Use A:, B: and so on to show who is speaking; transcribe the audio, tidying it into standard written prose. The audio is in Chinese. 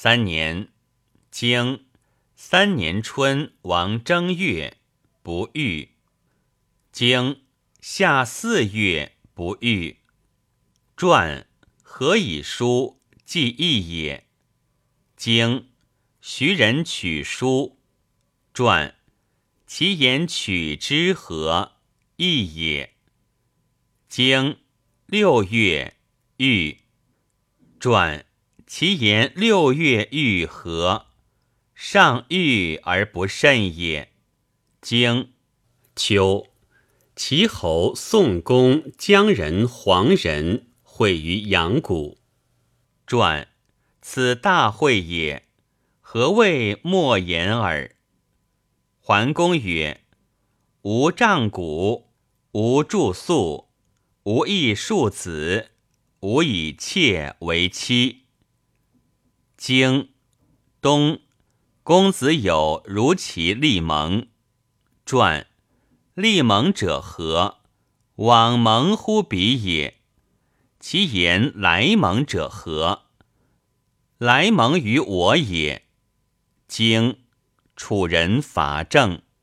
A: 3年，经3年春王正月，不遇。经夏4月，不遇。传何以书，记忆也。经徐人取书。传其言取之何，义也。经6月，遇。传其言6月遇何，上遇而不甚也。经秋，齐侯、宋公、姜人、黄人会于阳谷。传此大会也，何谓莫言耳？桓公曰：吾杖谷，吾住宿，吾亦庶子，吾以妾为妻。经冬，公子有如其立盟。传立盟者何？往盟乎彼也。其言来盟者何？来盟于我也。经楚人伐郑。